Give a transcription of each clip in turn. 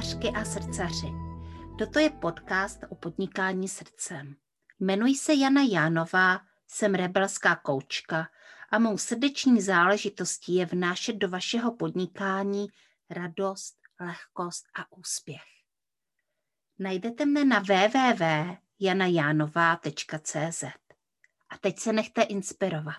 srdcařky a srdcaři. Toto je podcast o podnikání srdcem. Jmenuji se Jana Jánová, jsem rebelská koučka a mou srdeční záležitostí je vnášet do vašeho podnikání radost, lehkost a úspěch. Najdete mne na www.janajanova.cz. A teď se nechte inspirovat.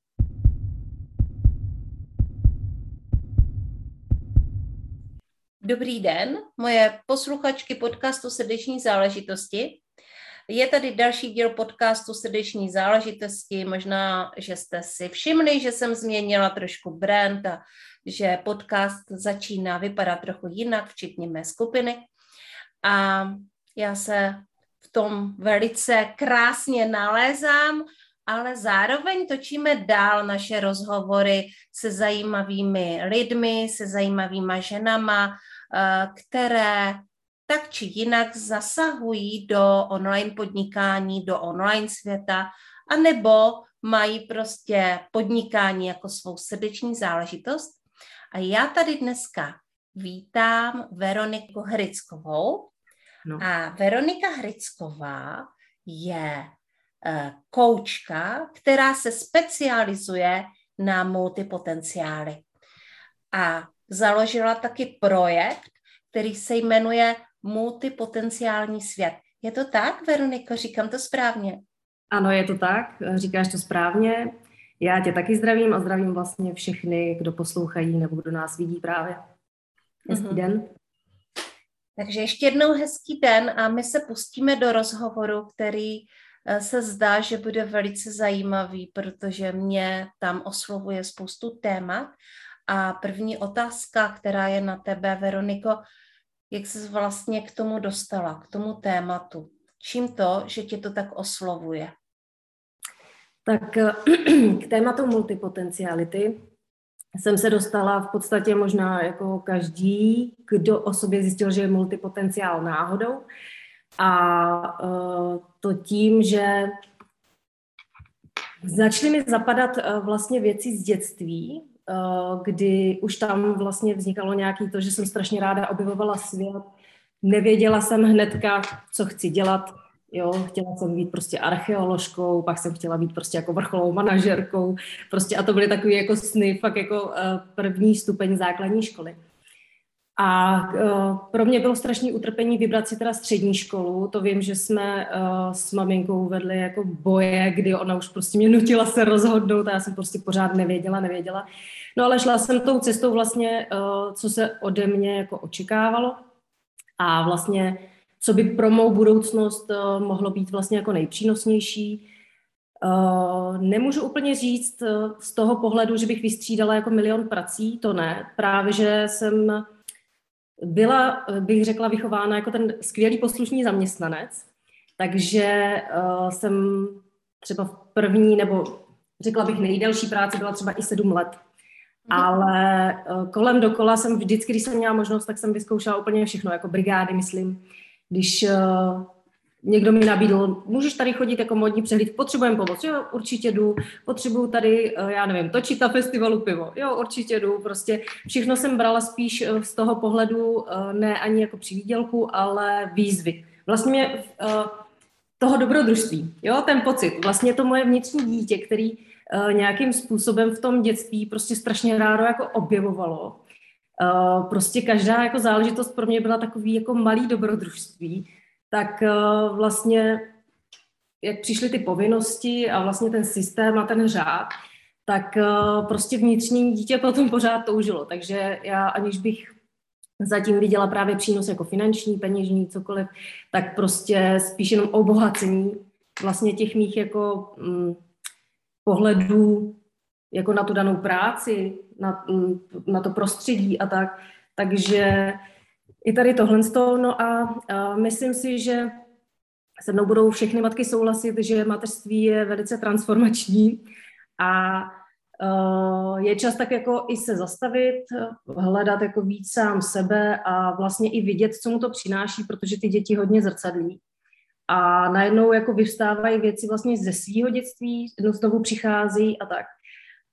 Dobrý den, moje posluchačky podcastu Srdeční záležitosti. Je tady další díl podcastu Srdeční záležitosti. Možná, že jste si všimli, že jsem změnila trošku brand a že podcast začíná vypadat trochu jinak, včetně mé skupiny. A já se v tom velice krásně nalézám, ale zároveň točíme dál naše rozhovory se zajímavými lidmi, se zajímavýma ženama, které tak či jinak zasahují do online podnikání, do online světa, anebo mají prostě podnikání jako svou srdeční záležitost. A já tady dneska vítám Veroniku Hryckovou. No. A Veronika Hrycková je koučka, která se specializuje na multipotenciály. A založila taky projekt, který se jmenuje Multipotenciální svět. Je to tak, Veroniko? Říkám to správně? Ano, je to tak, říkáš to správně. Já tě taky zdravím a zdravím vlastně všechny, kdo poslouchají nebo kdo nás vidí právě. Hezký den. Takže ještě jednou hezký den a my se pustíme do rozhovoru, který se zdá, že bude velice zajímavý, protože mě tam oslovuje spoustu témat. A první otázka, která je na tebe, Veroniko, jak jsi vlastně k tomu dostala, k tomu tématu? Čím to, že tě to tak oslovuje? Tak k tématu multipotenciality jsem se dostala v podstatě možná jako každý, kdo o sobě zjistil, že je multipotenciál náhodou. A to tím, že začaly mi zapadat vlastně věci z dětství, kdy už tam vlastně vznikalo nějaký to, že jsem strašně ráda objevovala svět. Nevěděla jsem hnedka, co chci dělat. Jo, chtěla jsem být prostě archeoložkou, pak jsem chtěla být prostě jako vrcholovou manažerkou. Prostě a to byly takový jako sny, fakt jako první stupeň základní školy. A pro mě bylo strašný utrpení vybrat si teda střední školu. To vím, že jsme s maminkou vedli jako boje, kdy ona už prostě mě nutila se rozhodnout a já jsem prostě pořád nevěděla. No ale šla jsem tou cestou vlastně, co se ode mě jako očekávalo a vlastně, co by pro mou budoucnost mohlo být vlastně jako nejpřínosnější. Nemůžu úplně říct z toho pohledu, že bych vystřídala jako milion prací, to ne. Právě, že jsem byla, bych řekla, vychována jako ten skvělý poslušný zaměstnanec, takže jsem třeba v první, nebo řekla bych nejdelší práci byla třeba i 7 let. Ale kolem dokola jsem vždycky, když jsem měla možnost, tak jsem vyzkoušela úplně všechno, jako brigády, myslím. Když někdo mi nabídl, můžeš tady chodit jako modní přehlíd, potřebujeme pomoc, jo, určitě jdu, potřebuju tady, já nevím, točit na festivalu pivo, jo, určitě jdu, prostě všechno jsem brala spíš z toho pohledu, ne ani jako přivídělku, ale výzvy. Vlastně mě toho dobrodružství, jo, ten pocit, vlastně to moje vnitřní dítě, který nějakým způsobem v tom dětství prostě strašně rádo jako objevovalo. Prostě každá jako záležitost pro mě byla takový jako malý dobrodružství, tak vlastně, jak přišly ty povinnosti a vlastně ten systém a ten řád, tak prostě vnitřní dítě potom pořád toužilo. Takže já, aniž bych zatím viděla právě přínos jako finanční, peněžní, cokoliv, tak prostě spíš jenom obohacení vlastně těch mých jako pohledů jako na tu danou práci, na to prostředí a tak. Takže i tady tohle. No a myslím si, že se mnou budou všechny matky souhlasit, že mateřství je velice transformační a je čas tak jako i se zastavit, hledat jako víc sám sebe a vlastně i vidět, co mu to přináší, protože ty děti hodně zrcadlí. A najednou jako vyvstávají věci vlastně ze svého dětství, znovu přichází a tak.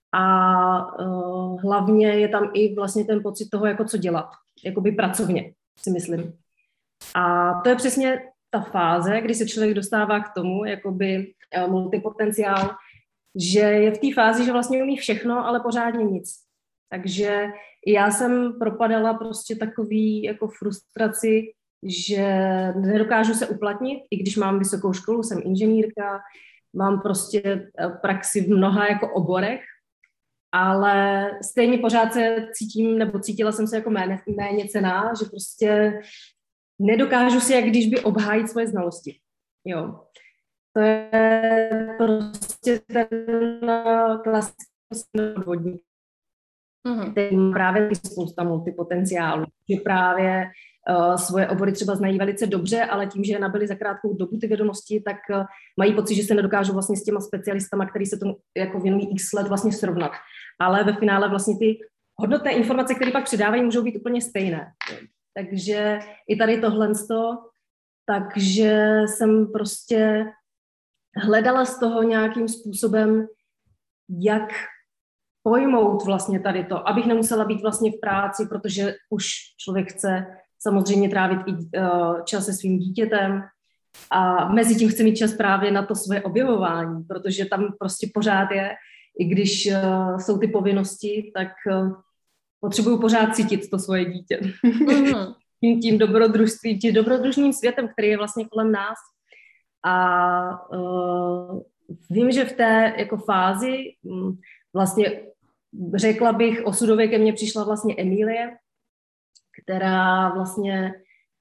A hlavně je tam i vlastně ten pocit toho, jako co dělat, jakoby pracovně. si myslím. A to je přesně ta fáze, kdy se člověk dostává k tomu, jakoby multipotenciál, že je v té fázi, že vlastně umí všechno, ale pořádně nic. Takže já jsem propadala prostě takový jako frustraci, že nedokážu se uplatnit, i když mám vysokou školu, jsem inženýrka, mám prostě praxi v mnoha jako oborech, ale stejně pořád se cítím, nebo cítila jsem se jako méně cenná, že prostě nedokážu si jak když by obhájit svoje znalosti. Jo. To je prostě ten klasický podvodník, který má právě spousta multipotenciálu, že právě svoje obory třeba znají velice dobře, ale tím, že je nabili za krátkou dobu ty vědomosti, tak mají pocit, že se nedokážou vlastně s těma specialistama, který se tomu jako věnují x let vlastně srovnat. Ale ve finále vlastně ty hodnotné informace, které pak předávají, můžou být úplně stejné. Takže i tady tohlensto, takže jsem prostě hledala z toho nějakým způsobem, jak pojmout vlastně tady to, abych nemusela být vlastně v práci, protože už člověk chce samozřejmě trávit i čas se svým dítětem a mezi tím chce mít čas právě na to svoje objevování, protože tam prostě pořád je, i když jsou ty povinnosti, tak potřebuju pořád cítit to svoje dítě. tím dobrodružstvím, tím dobrodružným světem, který je vlastně kolem nás. A vím, že v té jako fázi vlastně řekla bych, osudově ke mně přišla vlastně Emilie, která vlastně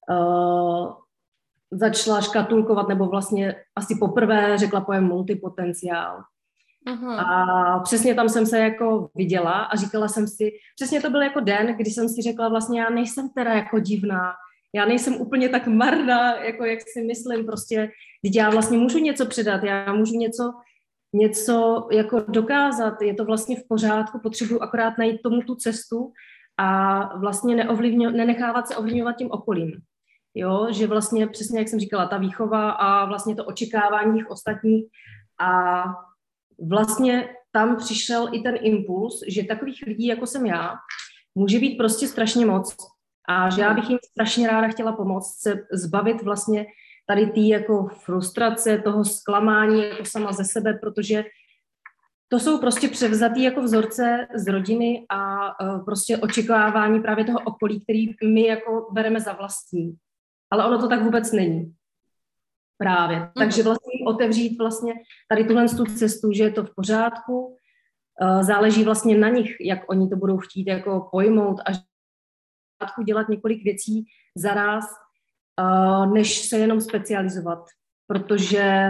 začala škatulkovat, nebo vlastně asi poprvé řekla pojem multipotenciál. A přesně tam jsem se jako viděla a říkala jsem si, přesně to byl jako den, kdy jsem si řekla vlastně, já nejsem teda jako divná, já nejsem úplně tak marná, jako jak si myslím, prostě, když já vlastně můžu něco předat, já můžu něco jako dokázat, je to vlastně v pořádku, potřebuju akorát najít tomu tu cestu a vlastně nenechávat se ovlivňovat tím okolím. Jo, že vlastně přesně, jak jsem říkala, ta výchova a vlastně to očekávání těch ostatních a vlastně tam přišel i ten impuls, že takových lidí, jako jsem já, může být prostě strašně moc a že já bych jim strašně ráda chtěla pomoct se zbavit vlastně tady tý jako frustrace, toho zklamání jako sama ze sebe, protože to jsou prostě převzatý jako vzorce z rodiny a prostě očekávání právě toho okolí, který my jako bereme za vlastní. Ale ono to tak vůbec není. Právě. Takže vlastně otevřít vlastně tady tuhle cestu, že je to v pořádku, záleží vlastně na nich, jak oni to budou chtít jako pojmout a dělat několik věcí zaraz, než se jenom specializovat. Protože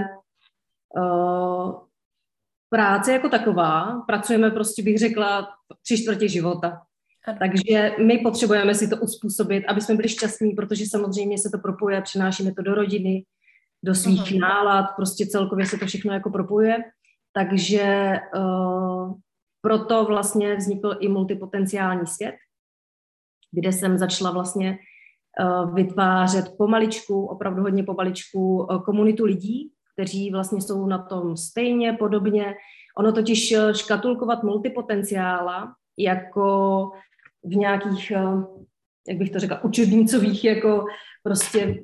práce jako taková, pracujeme prostě, bych řekla, 3/4 života. Takže my potřebujeme si to uspůsobit, aby jsme byli šťastní, protože samozřejmě se to propojuje, přinášíme to do rodiny, do svých nálad, prostě celkově se to všechno jako propojuje. Takže proto vlastně vznikl i multipotenciální svět, kde jsem začala vlastně vytvářet pomaličku, opravdu hodně pomaličku, komunitu lidí, kteří vlastně jsou na tom stejně, podobně. Ono totiž škatulkovat multipotenciála jako v nějakých, jak bych to řekla, učebnicových jako prostě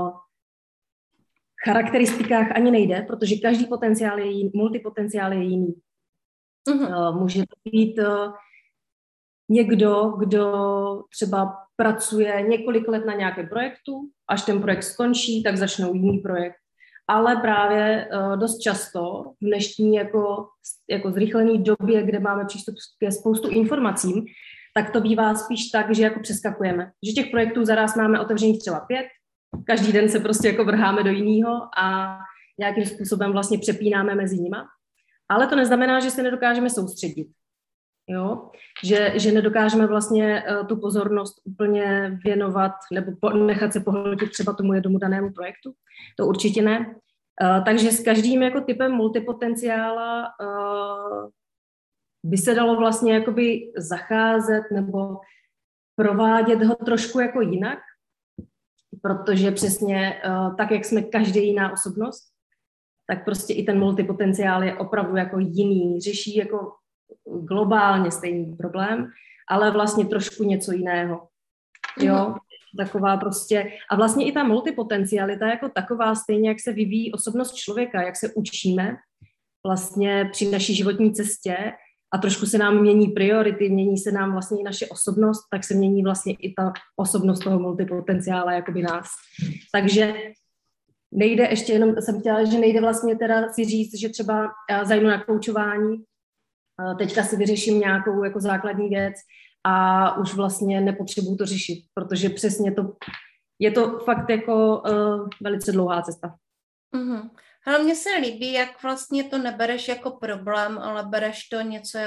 charakteristikách ani nejde, protože každý potenciál je jiný, multipotenciál je jiný. Může to být někdo, kdo třeba pracuje několik let na nějakém projektu, až ten projekt skončí, tak začnou jiný projekt. Ale právě dost často v dnešní jako zrychlené době, kde máme přístup ke spoustu informacím, tak to bývá spíš tak, že jako přeskakujeme. Že těch projektů zaraz máme otevřených třeba 5, každý den se prostě jako vrháme do jiného a nějakým způsobem vlastně přepínáme mezi nima. Ale to neznamená, že se nedokážeme soustředit. Jo? Že nedokážeme vlastně tu pozornost úplně věnovat nebo nechat se pohltit třeba tomu jednomu danému projektu. To určitě ne. Takže s každým jako typem multipotenciála by se dalo vlastně jakoby zacházet nebo provádět ho trošku jako jinak, protože přesně tak, jak jsme každý jiná osobnost, tak prostě i ten multipotenciál je opravdu jako jiný, řeší jako globálně stejný problém, ale vlastně trošku něco jiného. Jo? taková prostě, a vlastně i ta multipotencialita jako taková, stejně jak se vyvíjí osobnost člověka, jak se učíme vlastně při naší životní cestě a trošku se nám mění priority, mění se nám vlastně i naše osobnost, tak se mění vlastně i ta osobnost toho multipotenciála jakoby nás. Takže nejde ještě jenom, jsem chtěla, že nejde vlastně teda si říct, že třeba zajdu na koučování, teďka si vyřeším nějakou jako základní věc a už vlastně nepotřebuju to řešit, protože přesně to, je to fakt jako velice dlouhá cesta. Mm-hmm. Ale mně se líbí, jak vlastně to nebereš jako problém, ale bereš to něco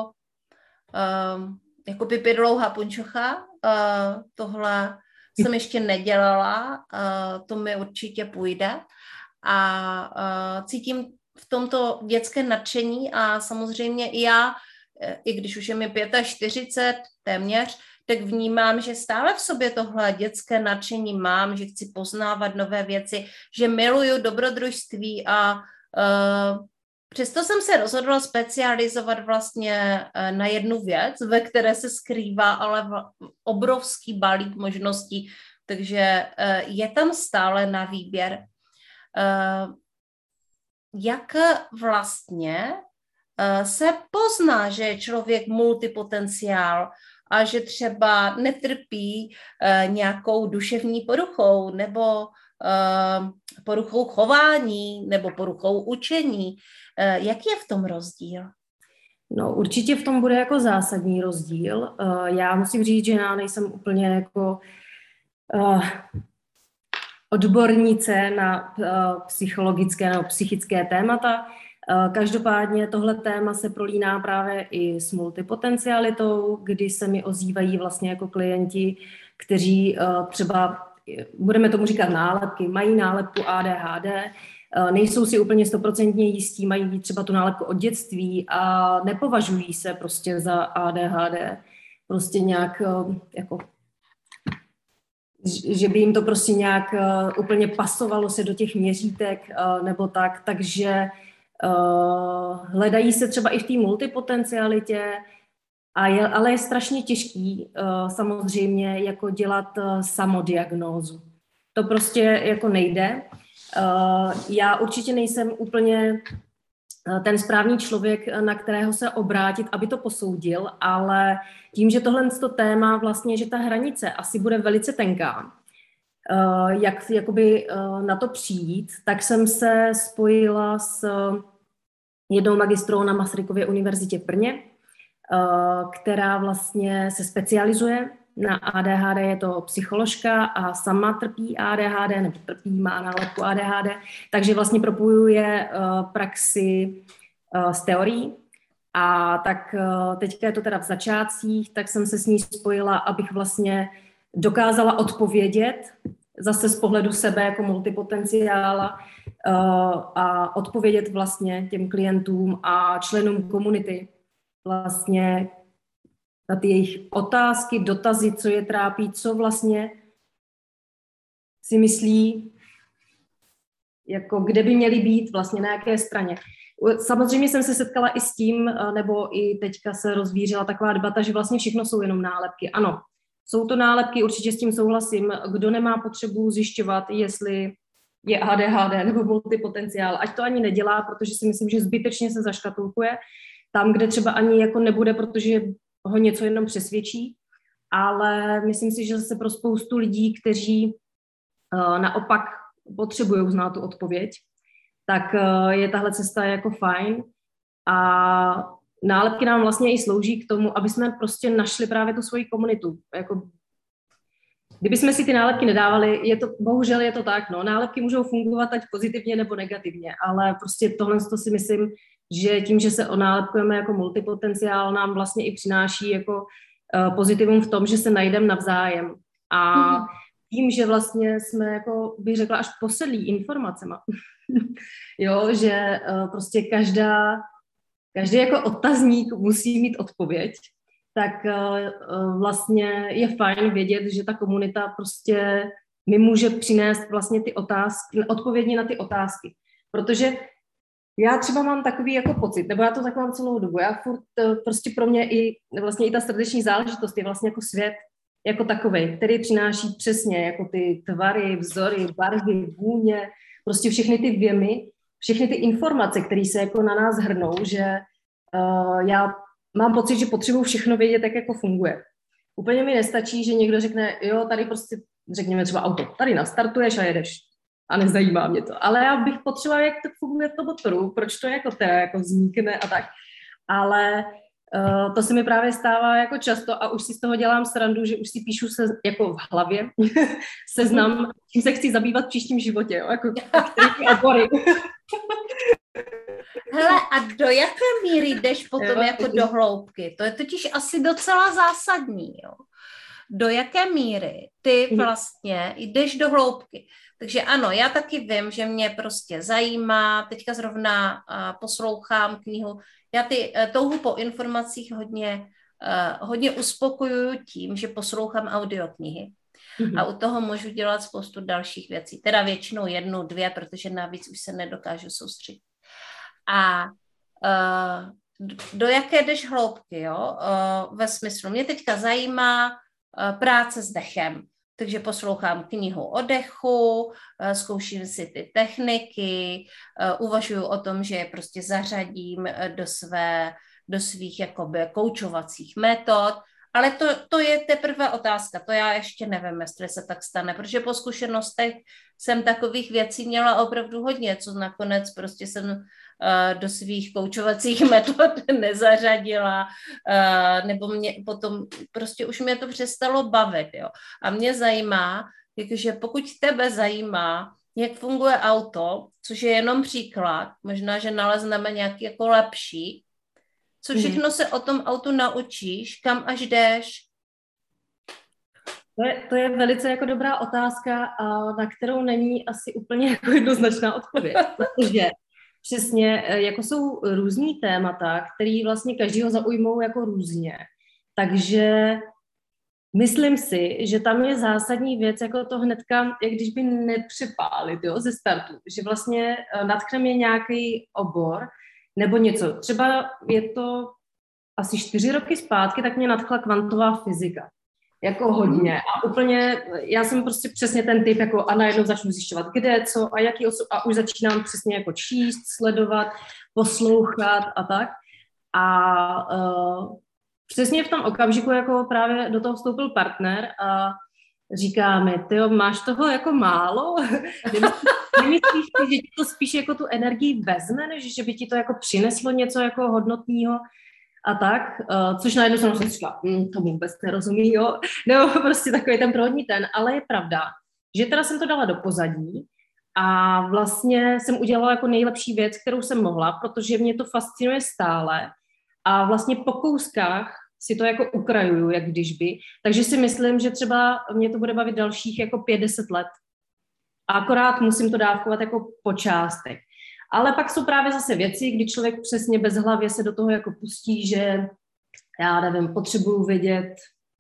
jako pipi dlouhá punčocha. Tohle jsem ještě nedělala, to mi určitě půjde. A cítím v tomto dětské nadšení a samozřejmě i já, i když už je mi 45 téměř, tak vnímám, že stále v sobě tohle dětské nadšení mám, že chci poznávat nové věci, že miluju dobrodružství a přesto jsem se rozhodla specializovat vlastně na jednu věc, ve které se skrývá ale obrovský balík možností, takže je tam stále na výběr. Jak vlastně se pozná, že je člověk multipotenciál a že třeba netrpí nějakou duševní poruchou nebo poruchou chování nebo poruchou učení. Jaký je v tom rozdíl? No určitě v tom bude jako zásadní rozdíl. Já musím říct, že já nejsem úplně jako odbornice na psychologické nebo psychické témata. Každopádně tohle téma se prolíná právě i s multipotencialitou, kdy se mi ozývají vlastně jako klienti, kteří třeba, budeme tomu říkat nálepky, mají nálepku ADHD, nejsou si úplně 100% jistí, mají třeba tu nálepku od dětství a nepovažují se prostě za ADHD. Prostě nějak jako, že by jim to prostě nějak úplně pasovalo se do těch měřítek nebo tak, takže hledají se třeba i v té multipotencialitě, ale je strašně těžký samozřejmě jako dělat samodiagnózu. To prostě jako nejde. Já určitě nejsem úplně ten správný člověk, na kterého se obrátit, aby to posoudil, ale tím, že tohle téma vlastně, že ta hranice asi bude velice tenká, jak jakoby na to přijít, tak jsem se spojila s jednou magistrou na Masarykově univerzitě v Brně, která vlastně se specializuje na ADHD, je to psycholožka a sama trpí ADHD, nebo trpí, má nálepku ADHD, takže vlastně propojuje praxi s teorií. A tak teďka je to teda v začátcích, tak jsem se s ní spojila, abych vlastně dokázala odpovědět zase z pohledu sebe jako multipotenciála a odpovědět vlastně těm klientům a členům komunity vlastně na ty jejich otázky, dotazy, co je trápí, co vlastně si myslí, jako kde by měli být, vlastně na jaké straně. Samozřejmě jsem se setkala i s tím, nebo i teďka se rozvířila taková debata, že vlastně všechno jsou jenom nálepky. Ano, jsou to nálepky, určitě s tím souhlasím. Kdo nemá potřebu zjišťovat, jestli je ADHD nebo multipotenciál, ať to ani nedělá, protože si myslím, že zbytečně se zaškatulkuje tam, kde třeba ani jako nebude, protože ho něco jenom přesvědčí, ale myslím si, že zase pro spoustu lidí, kteří naopak potřebují znát tu odpověď, tak je tahle cesta jako fajn a nálepky nám vlastně i slouží k tomu, aby jsme prostě našli právě tu svoji komunitu. Jako, kdybychom si ty nálepky nedávali, bohužel je to tak, no, nálepky můžou fungovat ať pozitivně nebo negativně, ale prostě tohle si myslím, že tím, že se onálepkujeme jako multipotenciál, nám vlastně i přináší jako pozitivum v tom, že se najdeme navzájem. A tím, že vlastně jsme, jako bych řekla, až posedlí informacema. Jo, že prostě každý jako otazník musí mít odpověď, tak vlastně je fajn vědět, že ta komunita prostě mi může přinést vlastně ty otázky, odpovědi na ty otázky. Protože já třeba mám takový jako pocit, nebo já to tak mám celou dobu, já furt prostě pro mě i vlastně i ta srdeční záležitost je vlastně jako svět, jako takovej, který přináší přesně jako ty tvary, vzory, barvy, vůně, prostě všechny ty věmy, všechny ty informace, které se jako na nás hrnou, že já mám pocit, že potřebuji všechno vědět, jak jako funguje. Úplně mi nestačí, že někdo řekne, jo, tady prostě, řekněme třeba auto, tady nastartuješ a jedeš. A nezajímá mě to. Ale já bych potřebovala, jak to funguje v tom motoru, proč to jako teda jako vznikne a tak. Ale to se mi právě stává jako často a už si z toho dělám srandu, že už si píšu se jako v hlavě seznam, čím se chci zabývat v příštím životě, jo, jako obory. Hele, a do jaké míry jdeš potom jako do hloubky? To je totiž asi docela zásadní, jo. Do jaké míry ty vlastně jdeš do hloubky. Takže ano, já taky vím, že mě prostě zajímá, teďka zrovna poslouchám knihu, já ty touhu po informacích hodně uspokojuju tím, že poslouchám audioknihy. A u toho můžu dělat spoustu dalších věcí. Teda většinou 1, 2, protože navíc už se nedokážu soustředit. A do jaké jdeš hloubky, jo? Ve smyslu, mě teďka zajímá práce s dechem. Takže poslouchám knihu o dechu, zkouším si ty techniky, uvažuju o tom, že je prostě zařadím do svých jakoby koučovacích metod, ale to je teprve otázka, to já ještě nevím, jestli se tak stane, protože po zkušenostech jsem takových věcí měla opravdu hodně, co nakonec prostě jsem do svých koučovacích metod nezařadila, nebo mě potom prostě už mě to přestalo bavit, jo. A mě zajímá, jakože pokud tebe zajímá, jak funguje auto, což je jenom příklad, možná, že nalezneme nějaký jako lepší, co všechno se o tom autu naučíš, kam až jdeš? To je velice jako dobrá otázka, na kterou není asi úplně jako jednoznačná odpověď, protože přesně, jako jsou různý témata, které vlastně každýho zaujmou jako různě. Takže myslím si, že tam je zásadní věc, jako to hnedka, jak když by nepřepálit, jo, ze startu, že vlastně nadchne mě nějaký obor nebo něco. Třeba je to asi 4 roky zpátky, tak mě nadchla kvantová fyzika. Jako hodně. A úplně, já jsem prostě přesně ten typ, jako a najednou začnu zjišťovat, kde, co a jaký a už začínám přesně jako číst, sledovat, poslouchat a tak. A přesně v tom okamžiku jako právě do toho vstoupil partner a říká mi, tyjo, máš toho jako málo? Nemyslíš si, že ti to spíš jako tu energii vezme, než že by ti to jako přineslo něco jako hodnotného? A tak, což najednou jsem si říkala, to vůbec nerozumí, jo, nebo prostě takový ten prohodní ten, ale je pravda, že teda jsem to dala do pozadí a vlastně jsem udělala jako nejlepší věc, kterou jsem mohla, protože mě to fascinuje stále a vlastně po kouskách si to jako ukrajuju, jak když by, takže si myslím, že třeba mě to bude bavit dalších jako 5-10 let. A akorát musím to dávkovat jako po částech. Ale pak jsou právě zase věci, kdy člověk přesně bezhlavě se do toho jako pustí, že já nevím, potřebuju vědět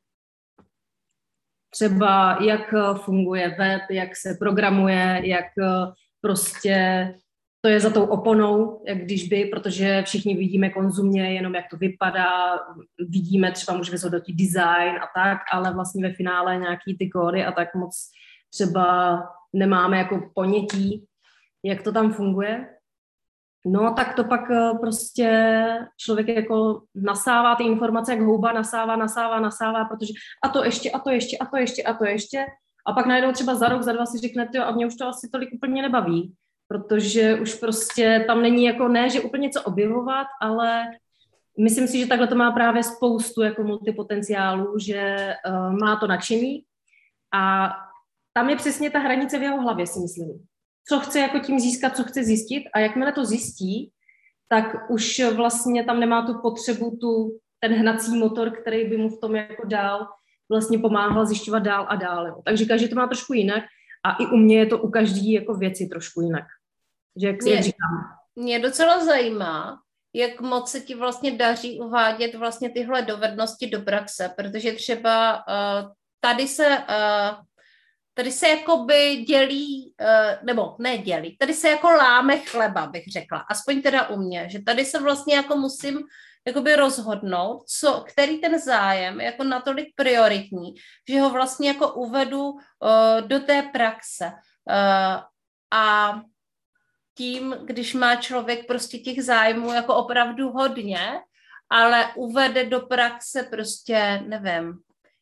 třeba, jak funguje web, jak se programuje, jak prostě to je za tou oponou, jak když by, protože všichni vidíme konzumně jenom, jak to vypadá, vidíme, třeba můžeme zhodnotit design a tak, ale vlastně ve finále nějaký ty kódy a tak moc třeba nemáme jako ponětí, jak to tam funguje. No, tak to pak prostě člověk jako nasává ty informace, jak houba nasává, protože a to ještě. A pak najednou třeba za rok, za 2 si řeknete, jo, a mě už to asi tolik úplně nebaví, protože už prostě tam není jako, ne, že úplně něco objevovat, ale myslím si, že takhle to má právě spoustu jako multipotenciálů, že má to nadšení a tam je přesně ta hranice v jeho hlavě, si myslím. Co chce jako tím získat, co chce zjistit a jakmile to zjistí, tak už vlastně tam nemá tu potřebu, ten hnací motor, který by mu v tom jako dál vlastně pomáhal zjišťovat dál a dál. Jo. Takže každý to má trošku jinak a i u mě je to u každý jako věci trošku jinak. Že jak říkám. Mě docela zajímá, jak moc se ti vlastně daří uvádět vlastně tyhle dovednosti do praxe, protože třeba tady se tady se jakoby dělí, nebo ne dělí, tady se jako láme chleba, bych řekla, aspoň teda u mě, že tady se vlastně jako musím jakoby rozhodnout, který ten zájem je jako natolik prioritní, že ho vlastně jako uvedu do té praxe. A tím, když má člověk prostě těch zájmů jako opravdu hodně, ale uvede do praxe prostě, nevím,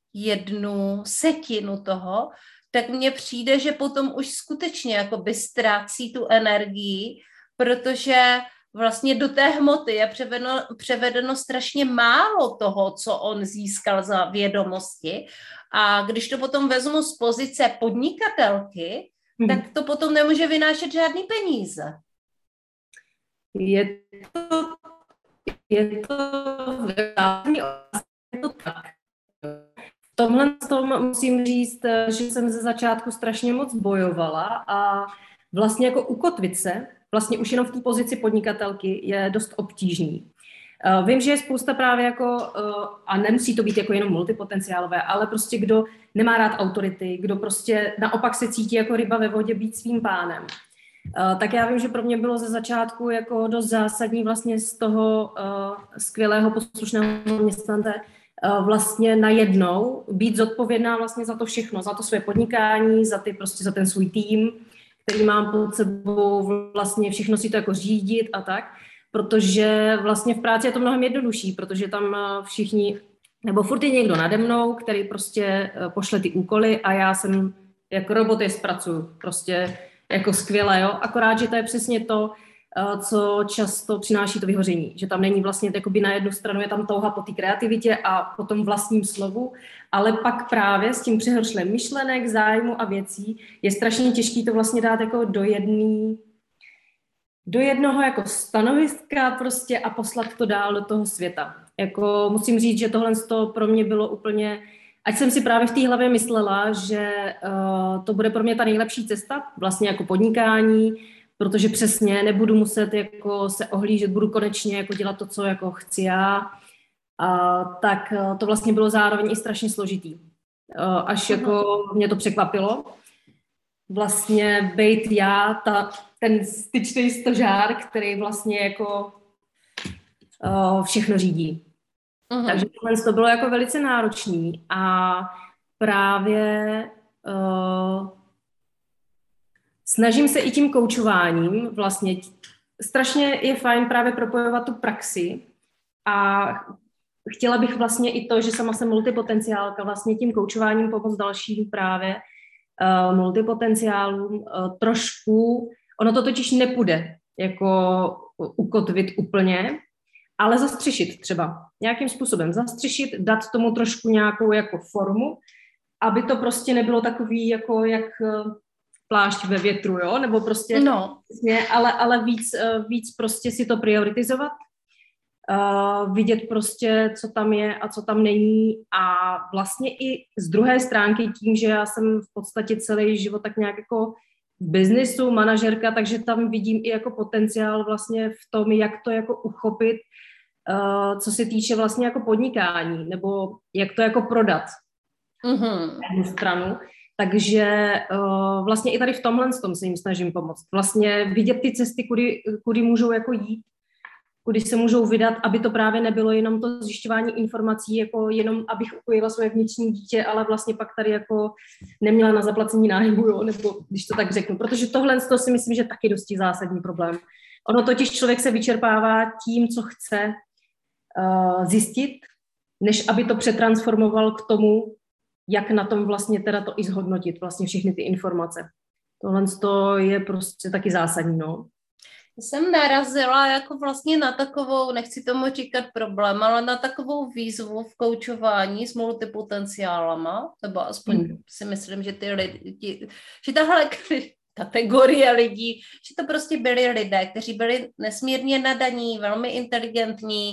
1/7 toho, tak mně přijde, že potom už skutečně jakoby ztrácí tu energii, protože vlastně do té hmoty je převedeno strašně málo toho, co on získal za vědomosti. A když to potom vezmu z pozice podnikatelky, tak to potom nemůže vynášet žádný peníze. Je to tak. V tomhle tom musím říct, že jsem ze začátku strašně moc bojovala a vlastně jako ukotvit se, vlastně už jenom v té pozici podnikatelky je dost obtížný. Vím, že je spousta právě jako, a nemusí to být jako jenom multipotenciálové, ale prostě kdo nemá rád autority, kdo prostě naopak se cítí jako ryba ve vodě být svým pánem. Tak já vím, že pro mě bylo ze začátku jako dost zásadní vlastně z toho skvělého poslušného zaměstnance vlastně najednou být zodpovědná vlastně za to všechno, za to své podnikání, za ten svůj tým, který mám pod sebou, vlastně všechno si to jako řídit a tak, protože vlastně v práci je to mnohem jednodušší, protože tam všichni, nebo furt je někdo nade mnou, který prostě pošle ty úkoly a já jsem jako robot je zpracuju, prostě jako skvěle, jo, akorát, že to je přesně to, co často přináší to vyhoření, že tam není vlastně jakoby na jednu stranu je tam touha po té kreativitě a po tom vlastním slovu, ale pak právě s tím přehršlem myšlenek, zájmu a věcí je strašně těžký to vlastně dát jako do jednoho jako stanoviska prostě a poslat to dál do toho světa. Jako musím říct, že tohle pro mě bylo úplně, ať jsem si právě v té hlavě myslela, že to bude pro mě ta nejlepší cesta, vlastně jako podnikání, protože přesně nebudu muset jako se ohlížet, budu konečně jako dělat to, co jako chci já. Tak to vlastně bylo zároveň i strašně složitý. Až jako mě to překvapilo. Vlastně bejt já, ten styčný stožár, který vlastně jako všechno řídí. Takže to bylo jako velice náročný a právě snažím se i tím koučováním, vlastně strašně je fajn právě propojovat tu praxi a chtěla bych vlastně i to, že sama jsem multipotenciálka, vlastně tím koučováním pomoct dalším právě multipotenciálům trošku, ono to totiž nepůjde jako ukotvit úplně, ale zastřešit třeba, nějakým způsobem zastřešit, dát tomu trošku nějakou jako formu, aby to prostě nebylo takový jako jak plášť ve větru, jo, nebo prostě, ale víc prostě si to prioritizovat, vidět prostě, co tam je a co tam není a vlastně i z druhé stránky tím, že já jsem v podstatě celý život tak nějak jako v biznisu, manažerka, takže tam vidím i jako potenciál vlastně v tom, jak to jako uchopit, co se týče vlastně jako podnikání, nebo jak to jako prodat na jednu stranu. Takže vlastně i tady v tomhle tom se jim snažím pomoct. Vlastně vidět ty cesty, kudy můžou jako jít, kudy se můžou vydat, aby to právě nebylo jenom to zjišťování informací, jako jenom abych upojila svoje vnitřní dítě, ale vlastně pak tady jako neměla na zaplacení nájmu, jo, nebo když to tak řeknu. Protože tohle si myslím, že je taky dosti zásadní problém. Ono totiž člověk se vyčerpává tím, co chce zjistit, než aby to přetransformoval k tomu, jak na tom vlastně teda to i zhodnotit, vlastně všechny ty informace. Tohle je prostě taky zásadní, no. Jsem narazila jako vlastně na takovou, nechci tomu říkat problém, ale na takovou výzvu v koučování s multipotenciálama, nebo aspoň si myslím, že ty lidi, že tahle kategorie lidí, že to prostě byli lidé, kteří byli nesmírně nadaní, velmi inteligentní.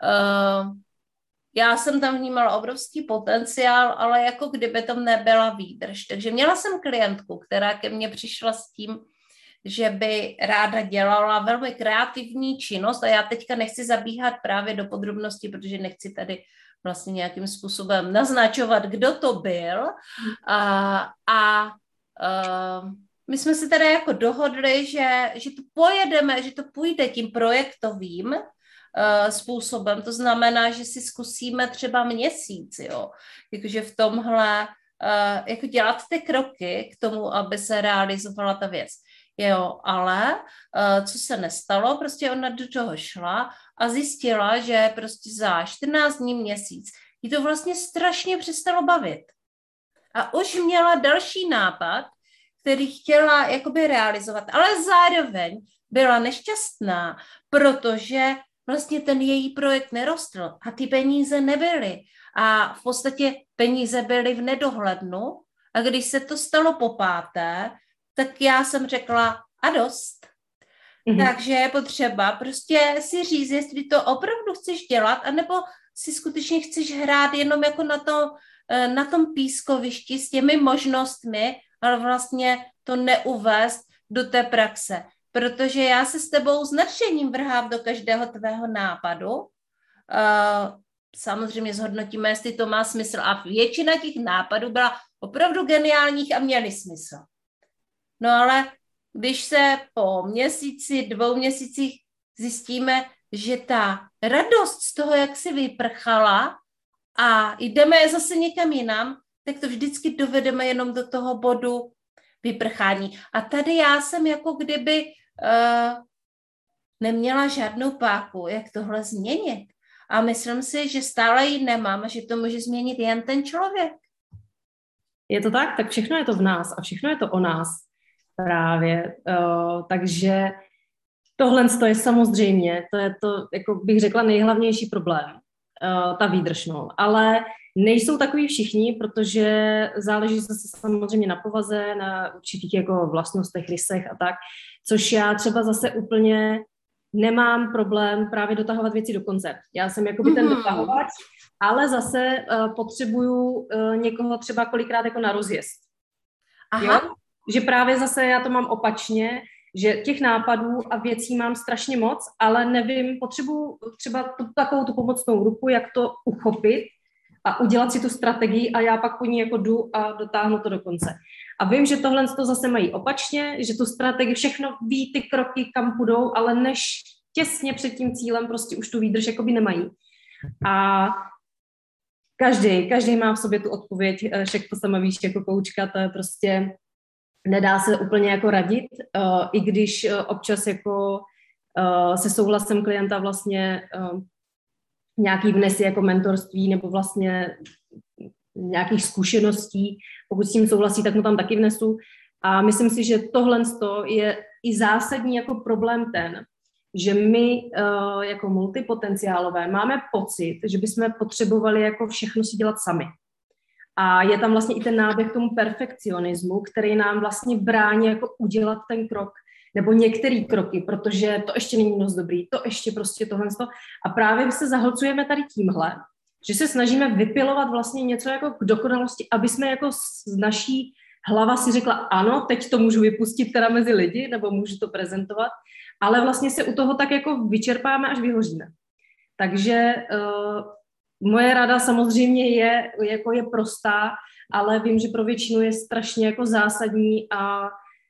Já jsem tam vnímala obrovský potenciál, ale jako kdyby tam nebyla výdrž. Takže měla jsem klientku, která ke mně přišla s tím, že by ráda dělala velmi kreativní činnost a já teďka nechci zabíhat právě do podrobností, protože nechci tady vlastně nějakým způsobem naznačovat, kdo to byl. A my jsme si teda jako dohodli, že to pojedeme, že to půjde tím projektovým způsobem. To znamená, že si zkusíme třeba měsíc, jo. Jakože v tomhle jako dělat ty kroky k tomu, aby se realizovala ta věc. Jo, ale co se nestalo, prostě ona do toho šla a zjistila, že prostě za 14 dní, měsíc jí to vlastně strašně přestalo bavit. A už měla další nápad, který chtěla jakoby realizovat, ale zároveň byla nešťastná, protože vlastně ten její projekt nerostl a ty peníze nebyly. A v podstatě peníze byly v nedohlednu a když se to stalo popáté, tak já jsem řekla a dost. Takže je potřeba prostě si říct, jestli to opravdu chceš dělat, anebo si skutečně chceš hrát jenom jako na tom pískovišti s těmi možnostmi, ale vlastně to neuvést do té praxe. Protože já se s tebou s nadšením vrhám do každého tvého nápadu. Samozřejmě zhodnotíme, jestli to má smysl. A většina těch nápadů byla opravdu geniálních a měly smysl. No ale když se po měsíci, 2 měsících zjistíme, že ta radost z toho, jak si vyprchala a jdeme zase někam jinam, tak to vždycky dovedeme jenom do toho bodu vyprchání. A tady já jsem jako kdyby neměla žádnou páku, jak tohle změnit. A myslím si, že stále ji nemám, že to může změnit jen ten člověk. Je to tak všechno je to v nás a všechno je to o nás právě. Takže tohle je samozřejmě, to je to, jako bych řekla, nejhlavnější problém, ta výdrž, no. Ale nejsou takový všichni, protože záleží zase samozřejmě na povaze, na určitých jako vlastnostech, rysech a tak, což já třeba zase úplně nemám problém právě dotahovat věci do konce. Já jsem jakoby ten dotahovač, ale zase potřebuju někoho třeba kolikrát jako na rozjezd. Aha. Jo? Že právě zase já to mám opačně, že těch nápadů a věcí mám strašně moc, ale nevím, potřebuju třeba takovou tu pomocnou ruku, jak to uchopit a udělat si tu strategii a já pak po ní jako jdu a dotáhnu to do konce. A vím, že tohle to zase mají opačně, že tu strategii všechno ví ty kroky, kam půjdou, ale než těsně před tím cílem prostě už tu výdrž jakoby nemají. A každý má v sobě tu odpověď, však to sama víš jako koučka, to je prostě, nedá se úplně jako radit, i když občas jako se souhlasem klienta vlastně nějaký vnesy jako mentorství nebo vlastně nějakých zkušeností, pokud s tím souhlasí, tak mu tam taky vnesu. A myslím si, že tohle je i zásadní jako problém ten, že my jako multipotenciálové máme pocit, že bychom potřebovali jako všechno si dělat sami. A je tam vlastně i ten náběh k tomu perfekcionismu, který nám vlastně brání jako udělat ten krok, nebo některé kroky, protože to ještě není moc dobrý, to ještě prostě tohle. A právě my se zahlcujeme tady tímhle, že se snažíme vypilovat vlastně něco jako k dokonalosti, aby jsme jako z naší hlava si řekla, ano, teď to můžu vypustit teda mezi lidi, nebo můžu to prezentovat, ale vlastně se u toho tak jako vyčerpáme, až vyhoříme. Takže moje rada samozřejmě je prostá, ale vím, že pro většinu je strašně jako zásadní a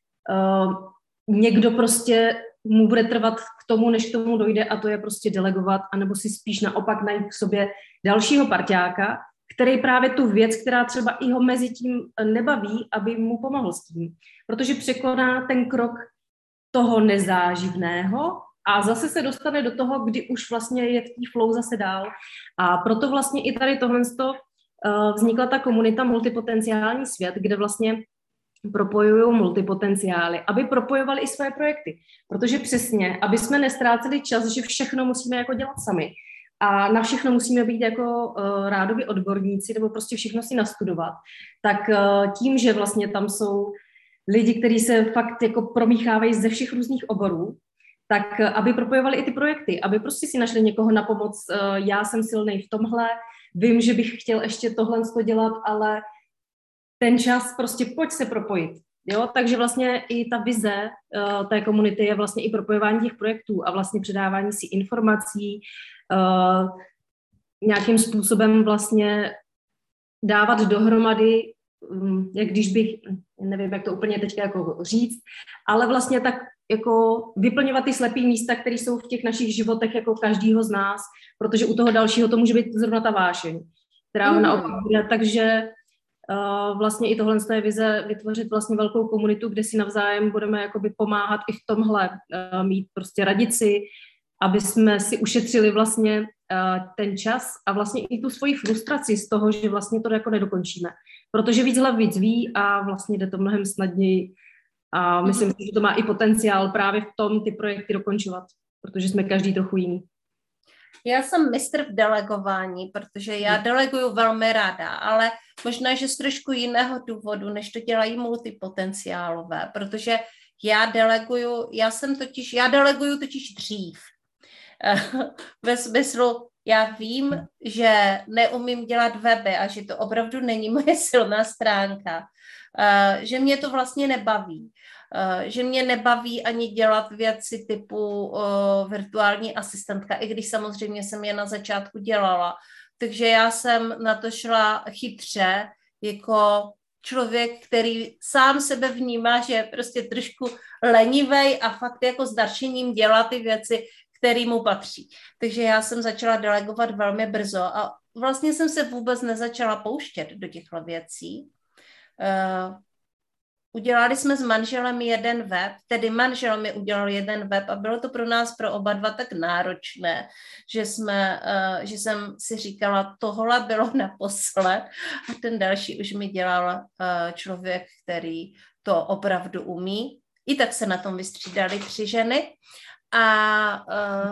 někdo prostě mu bude trvat k tomu, než k tomu dojde a to je prostě delegovat, anebo si spíš naopak najít k sobě dalšího parťáka, který právě tu věc, která třeba i ho mezi tím nebaví, aby mu pomohl s tím. Protože překoná ten krok toho nezáživného a zase se dostane do toho, kdy už vlastně je v té flow zase dál. A proto vlastně i tady tohle vznikla ta komunita Multipotenciální svět, kde vlastně propojují multipotenciály, aby propojovali i své projekty. Protože přesně, aby jsme nestráceli čas, že všechno musíme jako dělat sami. A na všechno musíme být jako rádoby odborníci nebo prostě všechno si nastudovat. Tak tím, že vlastně tam jsou lidi, kteří se fakt jako promíchávají ze všech různých oborů, tak aby propojovali i ty projekty, aby prostě si našli někoho na pomoc. Já jsem silnej v tomhle, vím, že bych chtěl ještě tohle dělat, ale ten čas prostě pojď se propojit. Jo? Takže vlastně i ta vize té komunity je vlastně i propojování těch projektů a vlastně předávání si informací, nějakým způsobem vlastně dávat dohromady jak když bych, nevím, jak to úplně teďka jako říct, ale vlastně tak jako vyplňovat ty slepý místa, které jsou v těch našich životech jako každýho z nás, protože u toho dalšího to může být zrovna ta vášeň, která naopak bude, takže vlastně i tohle je vize vytvořit vlastně velkou komunitu, kde si navzájem budeme jakoby pomáhat i v tomhle, mít prostě radit si, aby jsme si ušetřili vlastně ten čas a vlastně i tu svoji frustraci z toho, že vlastně to jako nedokončíme. Protože víc hlav víc ví a vlastně jde to mnohem snadněji a myslím si, že to má i potenciál právě v tom ty projekty dokončovat, protože jsme každý trochu jiný. Já jsem mistr v delegování, protože já deleguju velmi ráda, ale možná, že z trošku jiného důvodu, než to dělají multipotenciálové, protože já deleguju totiž dřív. Ve smyslu, já vím, že neumím dělat weby a že to opravdu není moje silná stránka, že mě to vlastně nebaví. Že mě nebaví ani dělat věci typu virtuální asistentka, i když samozřejmě jsem je na začátku dělala. Takže já jsem na to šla chytře, jako člověk, který sám sebe vnímá, že je prostě trošku lenivej a fakt jako s nadšením dělá ty věci, které mu patří. Takže já jsem začala delegovat velmi brzo a vlastně jsem se vůbec nezačala pouštět do těchto věcí. Udělali jsme s manželem jeden web, tedy manžel mi udělal jeden web a bylo to pro nás, pro oba dva tak náročné, že jsem si říkala, tohle bylo naposled a ten další už mi dělal člověk, který to opravdu umí. I tak se na tom vystřídali 3 ženy a